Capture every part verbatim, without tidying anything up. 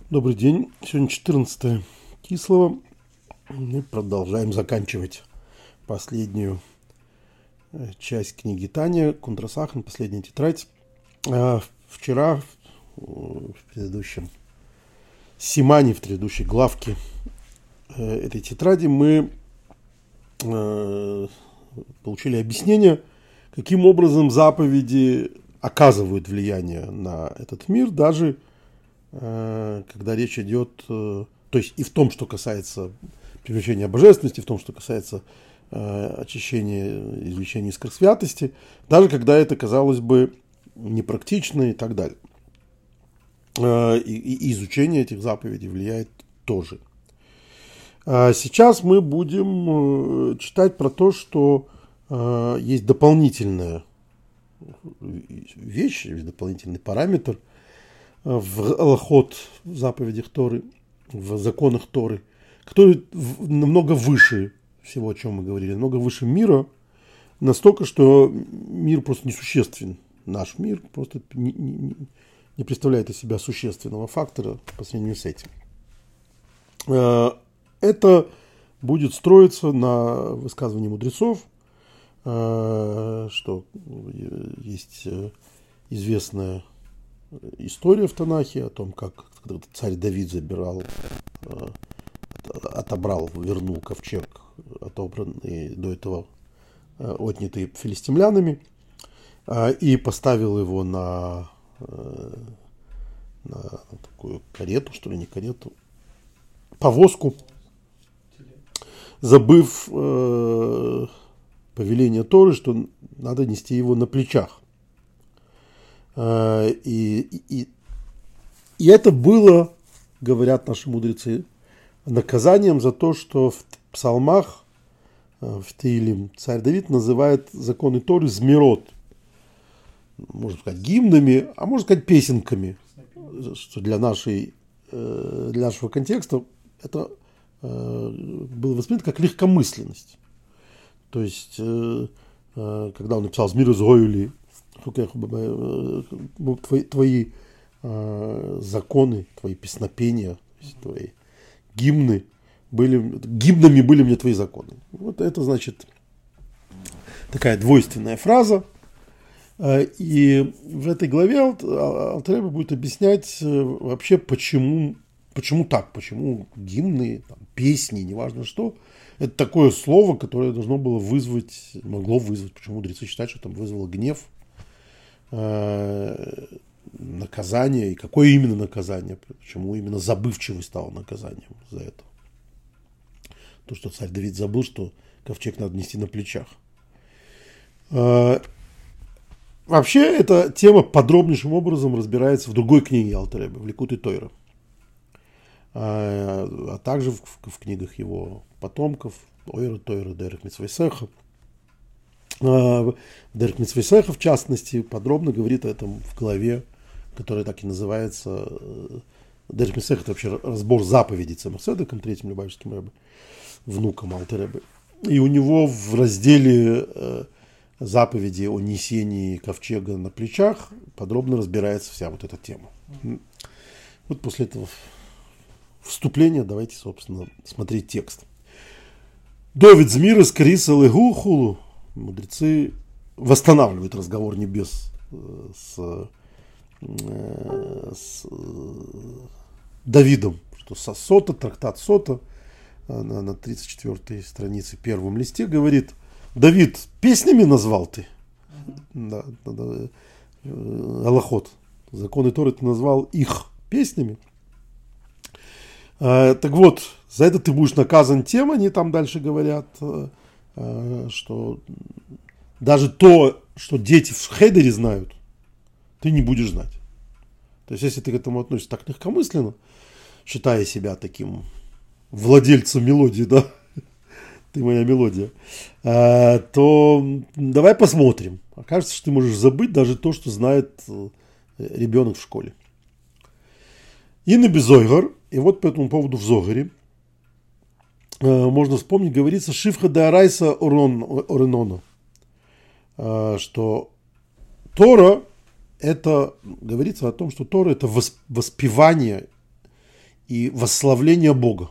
Добрый день. Сегодня четырнадцатое Кислого. Мы продолжаем заканчивать последнюю часть книги Таня, Кунтрасахн, последняя тетрадь. Вчера в предыдущем симане, в предыдущей главке этой тетради мы получили объяснение, каким образом заповеди оказывают влияние на этот мир, даже когда речь идет, то есть и в том, что касается привлечения божественности, в том, что касается очищения, извлечения искр святости, даже когда это, казалось бы, непрактично и так далее. И, и изучение этих заповедей влияет тоже. Сейчас мы будем читать про то, что есть дополнительная вещь, есть дополнительный параметр в алахот, в заповедях Торы, в законах Торы, который намного выше всего, о чем мы говорили, намного выше мира, настолько, что мир просто несуществен. Наш мир просто не, не, не представляет из себя существенного фактора по сравнению с этим. Это будет строиться на высказывании мудрецов, что есть известная история в Танахе о том, как когда царь Давид забирал, отобрал, вернул ковчег, отобранный до этого отнятый филистимлянами, и поставил его на, на такую карету, что ли, не карету, повозку, забыв э, повеление Торы, что надо нести его на плечах. Э, и, и, и это было, говорят наши мудрецы, наказанием за то, что в псалмах, в Теилим, царь Давид называет законы Торы змирот. Можно сказать гимнами, а можно сказать песенками, что для, нашей, для нашего контекста это было воспринято как легкомысленность. То есть, когда он написал «Змир из Гоюли», твои, твои законы, твои песнопения, твои гимны, были, гимнами были мне твои законы. Вот это, значит, такая двойственная фраза. И в этой главе Алтер Ребе будет объяснять вообще, почему, почему так, почему гимны, там, песни, неважно что, это такое слово, которое должно было вызвать, могло вызвать, почему мудрецы считают, что там вызвало гнев, наказание, и какое именно наказание, почему именно забывчивость стала наказанием за это. То, что царь Давид забыл, что ковчег надо нести на плечах. Вообще, эта тема подробнейшим образом разбирается в другой книге Алтер Ребе, в Ликутей Тойра, а, а также в, в, в книгах его потомков, Ойра Тойра, Дерех Мицвей Сеха. А, Дерех Мицвей Сеха, в частности, подробно говорит о этом в главе, которая так и называется Дерех Мицвей Сеха, это вообще разбор заповедей Цемах Цедеком, третьим Любавичским Ребе, внуком Алтер Ребе. И у него в разделе заповеди о несении ковчега на плечах подробно разбирается вся вот эта тема. Вот после этого вступления давайте, собственно, смотреть текст. Довид Змир из Криса Легу Хулу. Мудрецы восстанавливают разговор небес с, с Давидом, что со Сота, трактат Сота на, на тридцать четвёртой странице первом листе говорит: Давид, песнями назвал ты? Да, да, да. Алахот. Законы Торы ты назвал их песнями. А, так вот, за это ты будешь наказан тем, они там дальше говорят, а, что даже то, что дети в хедере знают, ты не будешь знать. То есть, если ты к этому относишься так легкомысленно, считая себя таким владельцем мелодии, да, ты моя мелодия, то давай посмотрим. Окажется, что ты можешь забыть даже то, что знает ребенок в школе. И на Безойгар, и вот по этому поводу в Зогаре можно вспомнить, говорится Шифха де Арайса Оренона, что Тора это, говорится о том, что Тора это воспевание и восславление Бога.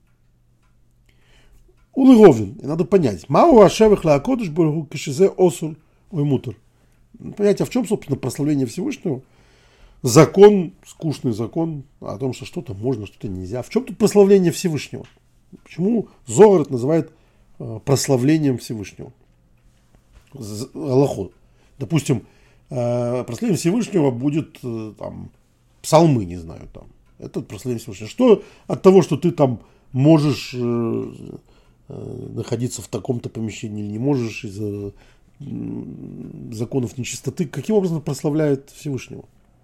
Улыговин, и надо понять, мау ашевых лаакодыш бургу кишизе осуль оймутер. Понять, а в чем, собственно, прославление Всевышнего? Закон, скучный закон о том, что что-то можно, что-то нельзя. В чем тут прославление Всевышнего? Почему Зоар это называет э, прославлением Всевышнего? Аллахот. Допустим, э, прославление Всевышнего будет э, там, псалмы, не знаю, там. Это прославление Всевышнего. Что от того, что ты там можешь э, э, находиться в таком-то помещении или не можешь из-за э, законов нечистоты, каким образом прославляет Всевышнего?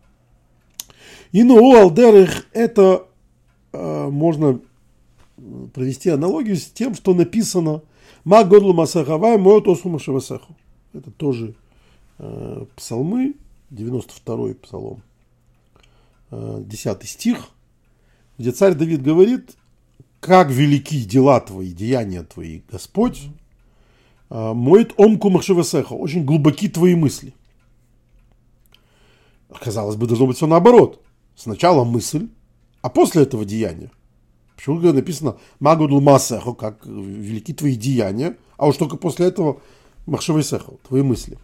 И ну, алдерих, это э, можно провести аналогию с тем, что написано «Ма годлу масахавай моет осу машевасаху». Это тоже э, псалмы, девяносто второй псалом, э, десятый стих, где царь Давид говорит: «Как велики дела твои, деяния твои, Господь, э, моет омку машевасаху», очень глубоки твои мысли. Казалось бы, должно быть все наоборот. Сначала мысль, а после этого деяние. Почему написано «Магудл масехо», как велики твои деяния, а уж только после этого «Махшевесехо», твои мысли.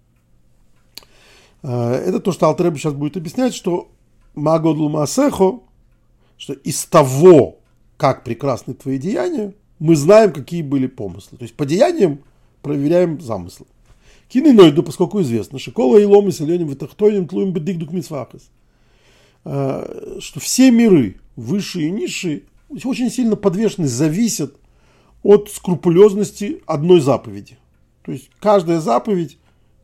Это то, что Алтер Ребе сейчас будет объяснять, что «Магудл масехо», что из того, как прекрасны твои деяния, мы знаем, какие были помыслы. То есть по деяниям проверяем замыслы. Кининойду, поскольку известно, шикола и лом и селеним витахтойним тлуем бедикдук митсвахас, что все миры, высшие и низшие, очень сильно подвешены, зависят от скрупулезности одной заповеди. То есть каждая заповедь,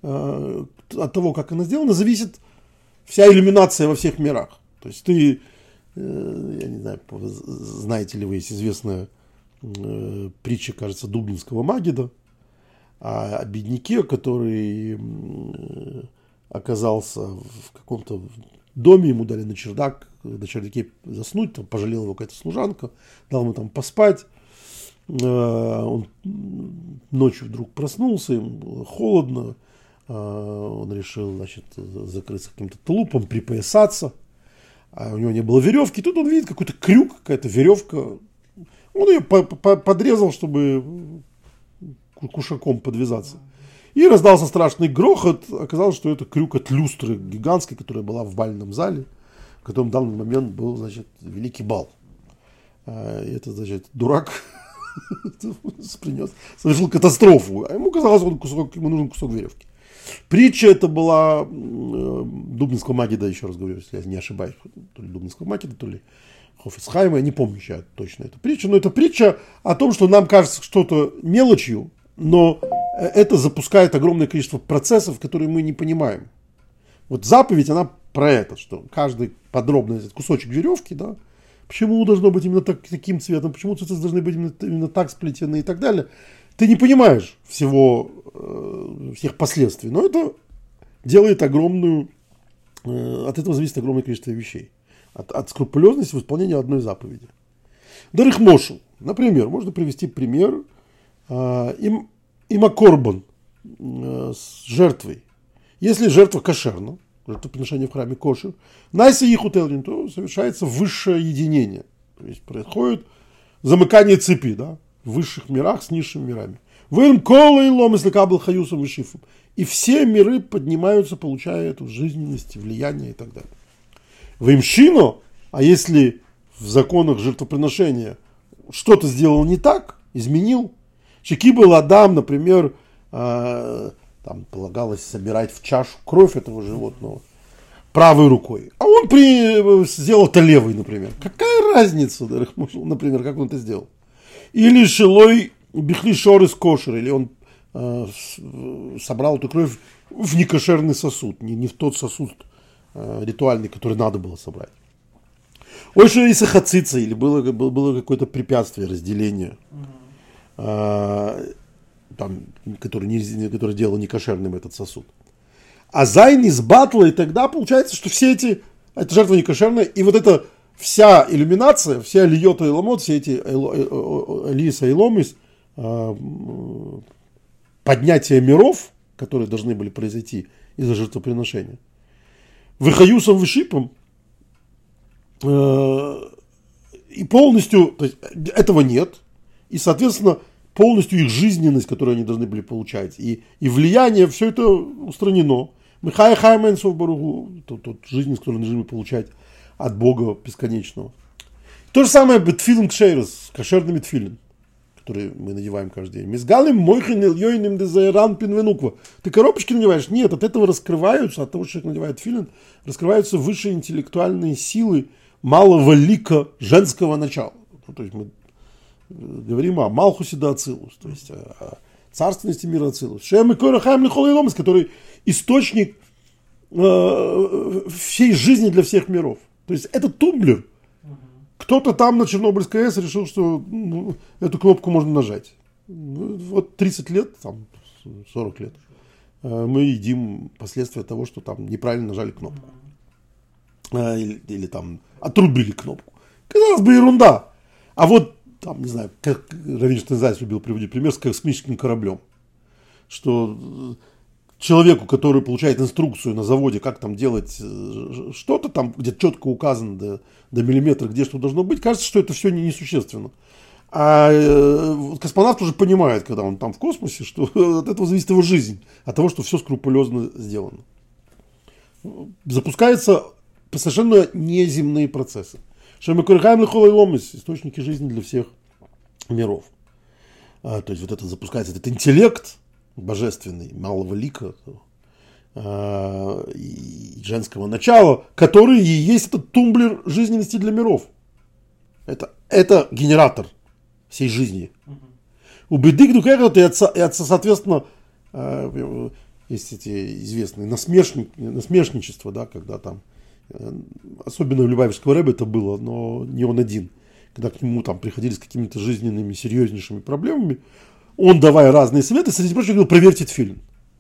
от того, как она сделана, зависит вся иллюминация во всех мирах. То есть ты, я не знаю, знаете ли вы, есть известная притча, кажется, Дублинского Магида, о бедняке, который оказался в каком-то доме, ему дали на чердак, на чердаке заснуть, там пожалела его какая-то служанка, дал ему там поспать. Он ночью вдруг проснулся, ему было холодно, он решил, значит, закрыться каким-то тулупом, припоясаться, а у него не было веревки. Тут он видит какой-то крюк, какая-то веревка. Он ее подрезал, чтобы кушаком подвязаться. И раздался страшный грохот. Оказалось, что это крюк от люстры гигантской, которая была в бальном зале, в котором в данный момент был, значит, великий бал. И это, значит, дурак принес, совершил катастрофу. А ему казалось, он кусок, ему нужен кусок веревки. Притча это была Дублинского Магида, еще раз говорю, если я не ошибаюсь, то ли Дублинского Магида, то ли Хофицхайма, я не помню сейчас точно эту притчу, но это притча о том, что нам кажется что-то мелочью, но это запускает огромное количество процессов, которые мы не понимаем. Вот заповедь, она про это, что каждый подробный этот кусочек веревки, да, почему должно быть именно так, таким цветом, почему цветы должны быть именно, именно так сплетены и так далее. Ты не понимаешь всего, э, всех последствий, но это делает огромную, э, от этого зависит огромное количество вещей. От, от скрупулезности в исполнении одной заповеди. Дарых Мошу, например, можно привести пример э, им, имакорбан э, с жертвой. Если жертва кошерна, жертвоприношение в храме кошер, найса ихутелрин, то совершается высшее единение. То есть происходит замыкание цепи, да, в высших мирах с низшими мирами. Вэлм кола и лом, если кабл хаюсом и шифом. И все миры поднимаются, получая эту жизненность, влияние и так далее. Вэмшино, а если в законах жертвоприношения что-то сделал не так, изменил, Шики был Адам, например, э, там полагалось собирать в чашу кровь этого животного правой рукой, а он при, сделал это левой, например. Какая разница, например, как он это сделал? Или шилой бихли шор из кошера, или он э, собрал эту кровь в некошерный сосуд, не, не в тот сосуд э, ритуальный, который надо было собрать. Ой, что если хацица, или было, было, было какое-то препятствие, разделение, э, там, которое, не, которое делало некошерным этот сосуд. А зайн из батла, и тогда получается, что все эти, это жертва некошерная, и вот эта вся иллюминация, вся льота и ломот, все эти лиса и ломис, поднятие миров, которые должны были произойти из-за жертвоприношения, выхаюсом, вышипом, и полностью, то есть, этого нет, и, соответственно, полностью их жизненность, которую они должны были получать, и, и влияние, все это устранено. Мы хай хай мэнсов баругу, тот жизненность, которую должны получать от Бога бесконечного. То же самое бетфилин кшейрос, кошерный бетфилин, который мы надеваем каждый день. Мизгалим мойхин ильёйным дезайран пинвенуква. Ты коробочки надеваешь? Нет, от этого раскрываются, от того, что человек надевает филин, раскрываются высшие интеллектуальные силы малого лика женского начала. Ну, то есть мы говорим о Малхусе да Ацилус, то есть о царственности мира Ацилус. Шем и Кора Хайм Лихол и Ломас, который источник э, всей жизни для всех миров. То есть это тумблер. Кто-то там на Чернобыльской АЭС решил, что ну, эту кнопку можно нажать. Вот тридцать лет, там, сорок лет э, мы едим последствия того, что там неправильно нажали кнопку. Э, или, или там отрубили кнопку. Казалось бы, ерунда. А вот там, не знаю, как Равин Штейнзальц любил приводить пример с космическим кораблем, что человеку, который получает инструкцию на заводе, как там делать что-то, там, где четко указано до, до миллиметра, где что должно быть, кажется, что это все несущественно. А э, космонавт уже понимает, когда он там в космосе, что от этого зависит его жизнь, от того, что все скрупулезно сделано. Запускаются совершенно неземные процессы. Источники жизни для всех миров. А, то есть вот это запускается, этот интеллект божественный, малого лика а, и женского начала, который и есть этот тумблер жизненности для миров. Это, это генератор всей жизни. У бедык дукерот и, соответственно, а, есть эти известные насмешни, насмешничества, да, когда там особенно у Любавичского рэба это было, но не он один. Когда к нему там приходили с какими-то жизненными, серьезнейшими проблемами, он, давая разные советы, среди прочего, говорил, проверьте тфилин.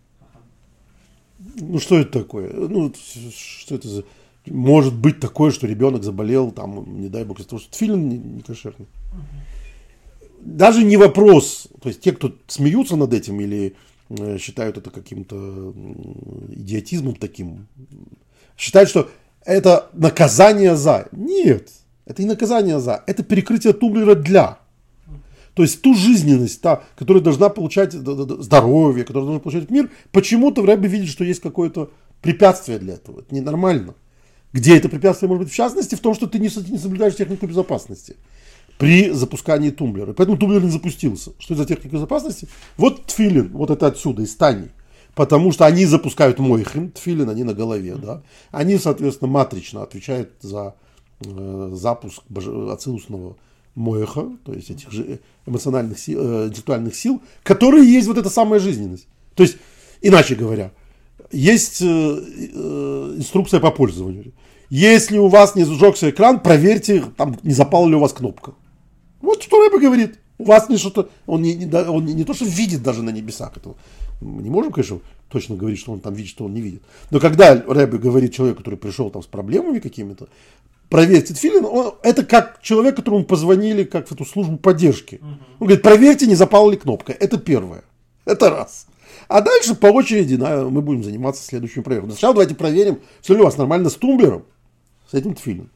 Ну, что это такое? Ну, что это за... Может быть такое, что ребенок заболел, там, не дай бог, из-за того, что тфилин не, не кошерный. Даже не вопрос, то есть те, кто смеются над этим или э, считают это каким-то идиотизмом таким, считают, что это наказание за. Нет, это не наказание за. Это перекрытие тумблера для. То есть ту жизненность, та, которая должна получать здоровье, которая должна получать мир, почему-то в рэбе видит, что есть какое-то препятствие для этого. Это ненормально. Где это препятствие может быть? В частности, в том, что ты не соблюдаешь технику безопасности при запускании тумблера. Поэтому тумблер не запустился. Что это за техника безопасности? Вот тфилин, вот это отсюда, из Тани. Потому что они запускают мойхин, тфилин, они на голове, да. Они, соответственно, матрично отвечают за э, запуск ацилусного мойха, то есть этих же эмоциональных сил, э, интеллектуальных сил, которые есть вот эта самая жизненность. То есть, иначе говоря, есть э, э, инструкция по пользованию. Если у вас не зажегся экран, проверьте, там не запала ли у вас кнопка. Вот что Рэбе говорит. У вас не что-то, он не, не, он не, не то, что видит даже на небесах этого. Мы не можем, конечно, точно говорить, что он там видит, что он не видит. Но когда Рэбе говорит человеку, который пришел там с проблемами какими-то, проверьте тфилин, он, это как человек, которому позвонили как в эту службу поддержки. Он говорит, проверьте, не запала ли кнопка. Это первое. Это раз. А дальше по очереди да, мы будем заниматься следующим проверкой. Сначала давайте проверим, все ли у вас нормально с тумблером, с этим тфилином.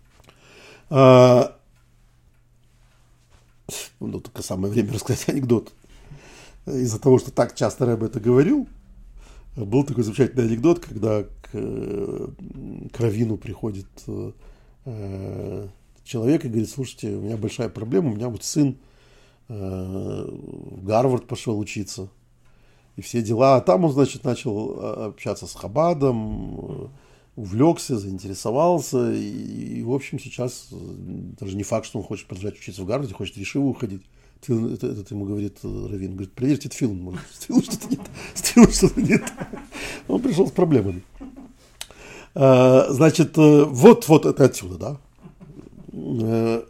А, ну, только самое время рассказать анекдот. Из-за того, что так часто Рэбе это говорил, был такой замечательный анекдот, когда к, к раввину приходит э, человек и говорит, слушайте, у меня большая проблема, у меня вот сын э, в Гарвард пошел учиться, и все дела, а там он, значит, начал общаться с Хабадом, увлекся, заинтересовался, и, и в общем, сейчас даже не факт, что он хочет продолжать учиться в Гарварде, хочет в Ешиву уходить. Этот, этот ему говорит раввин, говорит, проверьте тфилин, может, с тфилин что-то не так, с тфилин что-то не так. Он пришел с проблемами. А, значит, вот, вот это отсюда, да.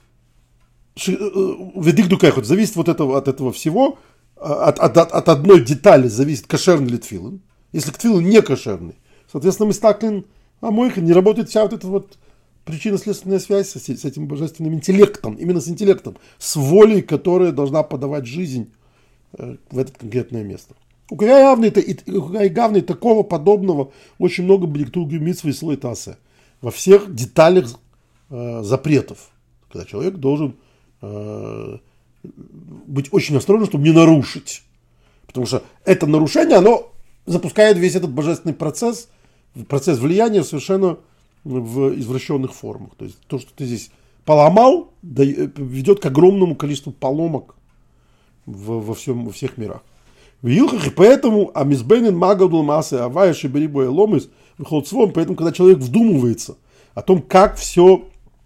Ведик дукайхот, зависит вот этого, от этого всего, от, от, от одной детали зависит, кошерный ли тфилин. Если тфилин не кошерный, соответственно, мистаклин, а мойха, не работает вся вот эта вот причинно-следственная связь с, с этим божественным интеллектом, именно с интеллектом, с волей, которая должна подавать жизнь э, в это конкретное место. У Гавны такого подобного очень много бдиктуги митцвы и слой тасе во всех деталях э, запретов. когда человек должен э, быть очень осторожным, чтобы не нарушить. Потому что это нарушение, оно запускает весь этот божественный процесс, процесс влияния совершенно в извращенных формах. То есть то, что ты здесь поломал, ведет к огромному количеству поломок во, всем, во всех мирах. В Илхах, и поэтому Амизбейнин Магадул Масы Авая Шиберибуэ Ломис выходит свом, поэтому, когда человек вдумывается о том, как все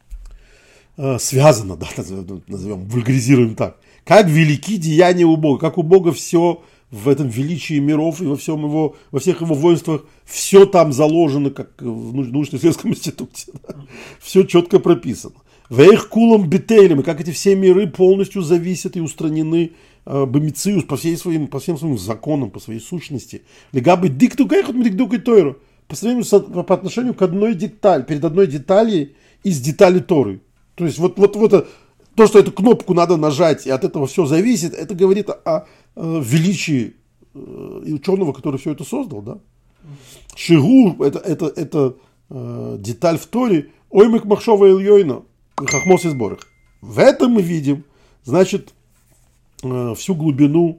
э, связано, да, назовем, назовем, вульгаризируем так, как велики деяния у Бога, как у Бога все в этом величии миров и во всем его, во всех его воинствах, все там заложено, как в научно-исследовательском институте, да, все четко прописано. В их кулам бетейлем, и как эти все миры полностью зависят и устранены бомициус по, всей своим, по всем своим законам, по своей сущности. Легабы дикту кайхот мидиктук и тойру. По сравнению по отношению к одной детали, перед одной деталью из детали Торы. То есть вот, вот, вот то, что эту кнопку надо нажать, и от этого все зависит, это говорит о, о величии и ученого, который все это создал. Да? Шигу, это, это, это э, деталь в Торе, оймик махшова ильёйна, хахмос и сборах. В этом мы видим, значит, всю глубину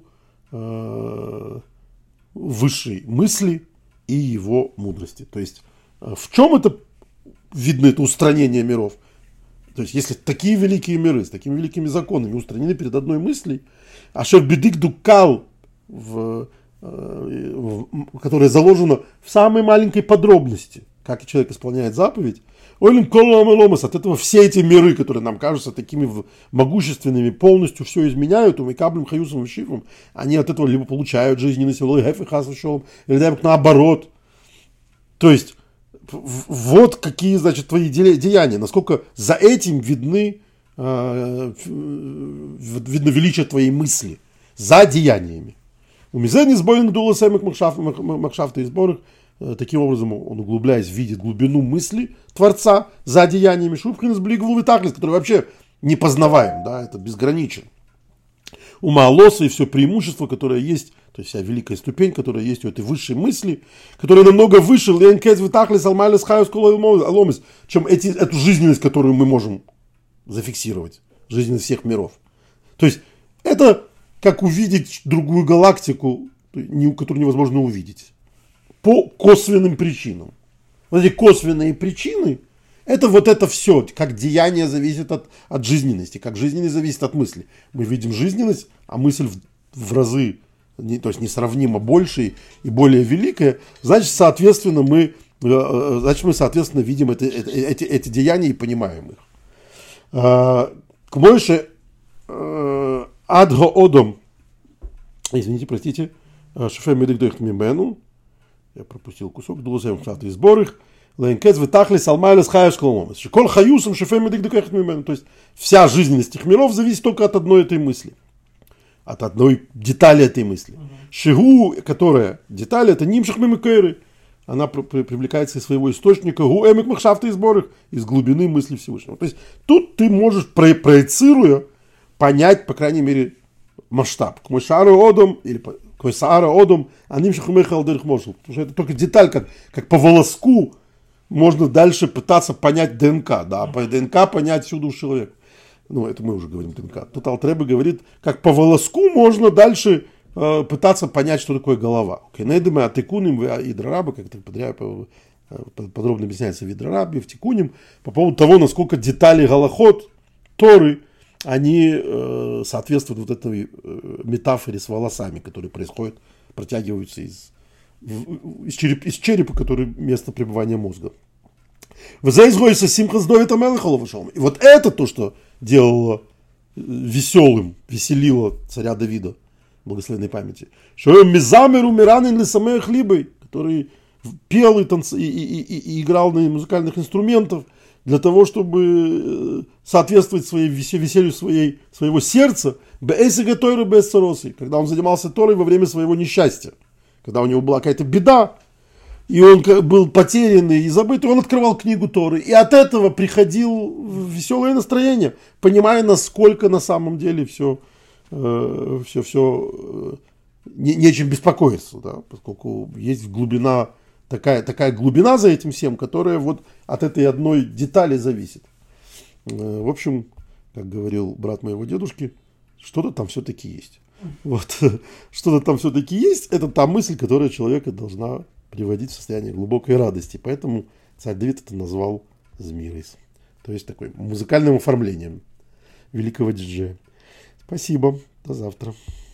э, высшей мысли и его мудрости. То есть, в чем это видно, это устранение миров? То есть, если такие великие миры с такими великими законами устранены перед одной мыслью, ашер бедик дукал, в, э, в, которая заложена в самой маленькой подробности, как человек исполняет заповедь, Олим колом и ломас, от этого все эти миры, которые нам кажутся такими могущественными, полностью все изменяют, умикаблем, хаюсом и шифом, они от этого либо получают жизненный силой, или даже наоборот. То есть, вот какие, значит, твои деяния, насколько за этим видны, э, видно величие твоей мысли, за деяниями. У мизени сбоин дула сэмик махшафта и сборах. Таким образом, он, углубляясь, видит глубину мысли Творца за деяниями Шубхин с Блигову и Таклис, который вообще непознаваем, да, это безграничен. У Маалоса и все преимущество, которое есть, то есть вся великая ступень, которая есть у этой высшей мысли, которая намного выше, чем эти, эту жизненность, которую мы можем зафиксировать, жизненность всех миров. То есть это как увидеть другую галактику, которую невозможно увидеть. По косвенным причинам. Вот эти косвенные причины, это вот это все, как деяние зависит от, от жизненности, как жизненность зависит от мысли. Мы видим жизненность, а мысль в, в разы, не, то есть несравнимо больше и более великая, значит, соответственно, мы, значит, мы, соответственно, видим это, это, эти, эти деяния и понимаем их. К Мойше Адго Одом, извините, простите, Шефем Медикдойх Мимену, я пропустил кусок, Дулусем Хшафта и сборах, Лейнкез Витахли Салмайлес Хаюс Коломомес. Шикол Хаюсом Шефем Медикдойх Мимену. То есть вся жизненность этих миров зависит только от одной этой мысли. От одной детали этой мысли. Шигу, которая деталь, это Нимшах Мимикейры. Она привлекается из своего источника, Гу Эмик Махшафта и сборах, из глубины мысли Всевышнего. То есть тут ты можешь, проецируя, понять, по крайней мере, масштаб. К Мойшару Одом, или Койсаара Одом, а Нимшах Михал Дерх Мошел. Потому что это только деталь, как, как по волоску можно дальше пытаться понять ДНК. Да, по ДНК понять всю душу человека. Ну, это мы уже говорим ДНК. Тут Алт Ребе говорит, как по волоску можно дальше э, пытаться понять, что такое голова. Кенедеме атекуним и Идрараба, как это подробно объясняется в Идрарабе, в Тикуним, по поводу того, насколько детали Галахот, Торы, они э, соответствуют вот этой э, метафоре с волосами, которые происходят, протягиваются из, из, череп, из черепа, который место пребывания мозга. И вот это то, что делало веселым, веселило царя Давида, благословенной памяти. Который пел и, танц... и, и, и, и играл на музыкальных инструментах, для того, чтобы соответствовать своей веселью своей, своего сердца, когда он занимался Торой во время своего несчастья, когда у него была какая-то беда, и он был потерянный и забытый, он открывал книгу Торы, и от этого приходил в веселое настроение, понимая, насколько на самом деле все, э, все, все не, нечем беспокоиться, да, поскольку есть глубина, такая, такая глубина за этим всем, которая вот от этой одной детали зависит. В общем, как говорил брат моего дедушки, что-то там все-таки есть. Вот, что-то там все-таки есть, это та мысль, которая человека должна приводить в состояние глубокой радости. Поэтому царь Давид это назвал Змирис. То есть такой музыкальным оформлением великого диджея. Спасибо, до завтра.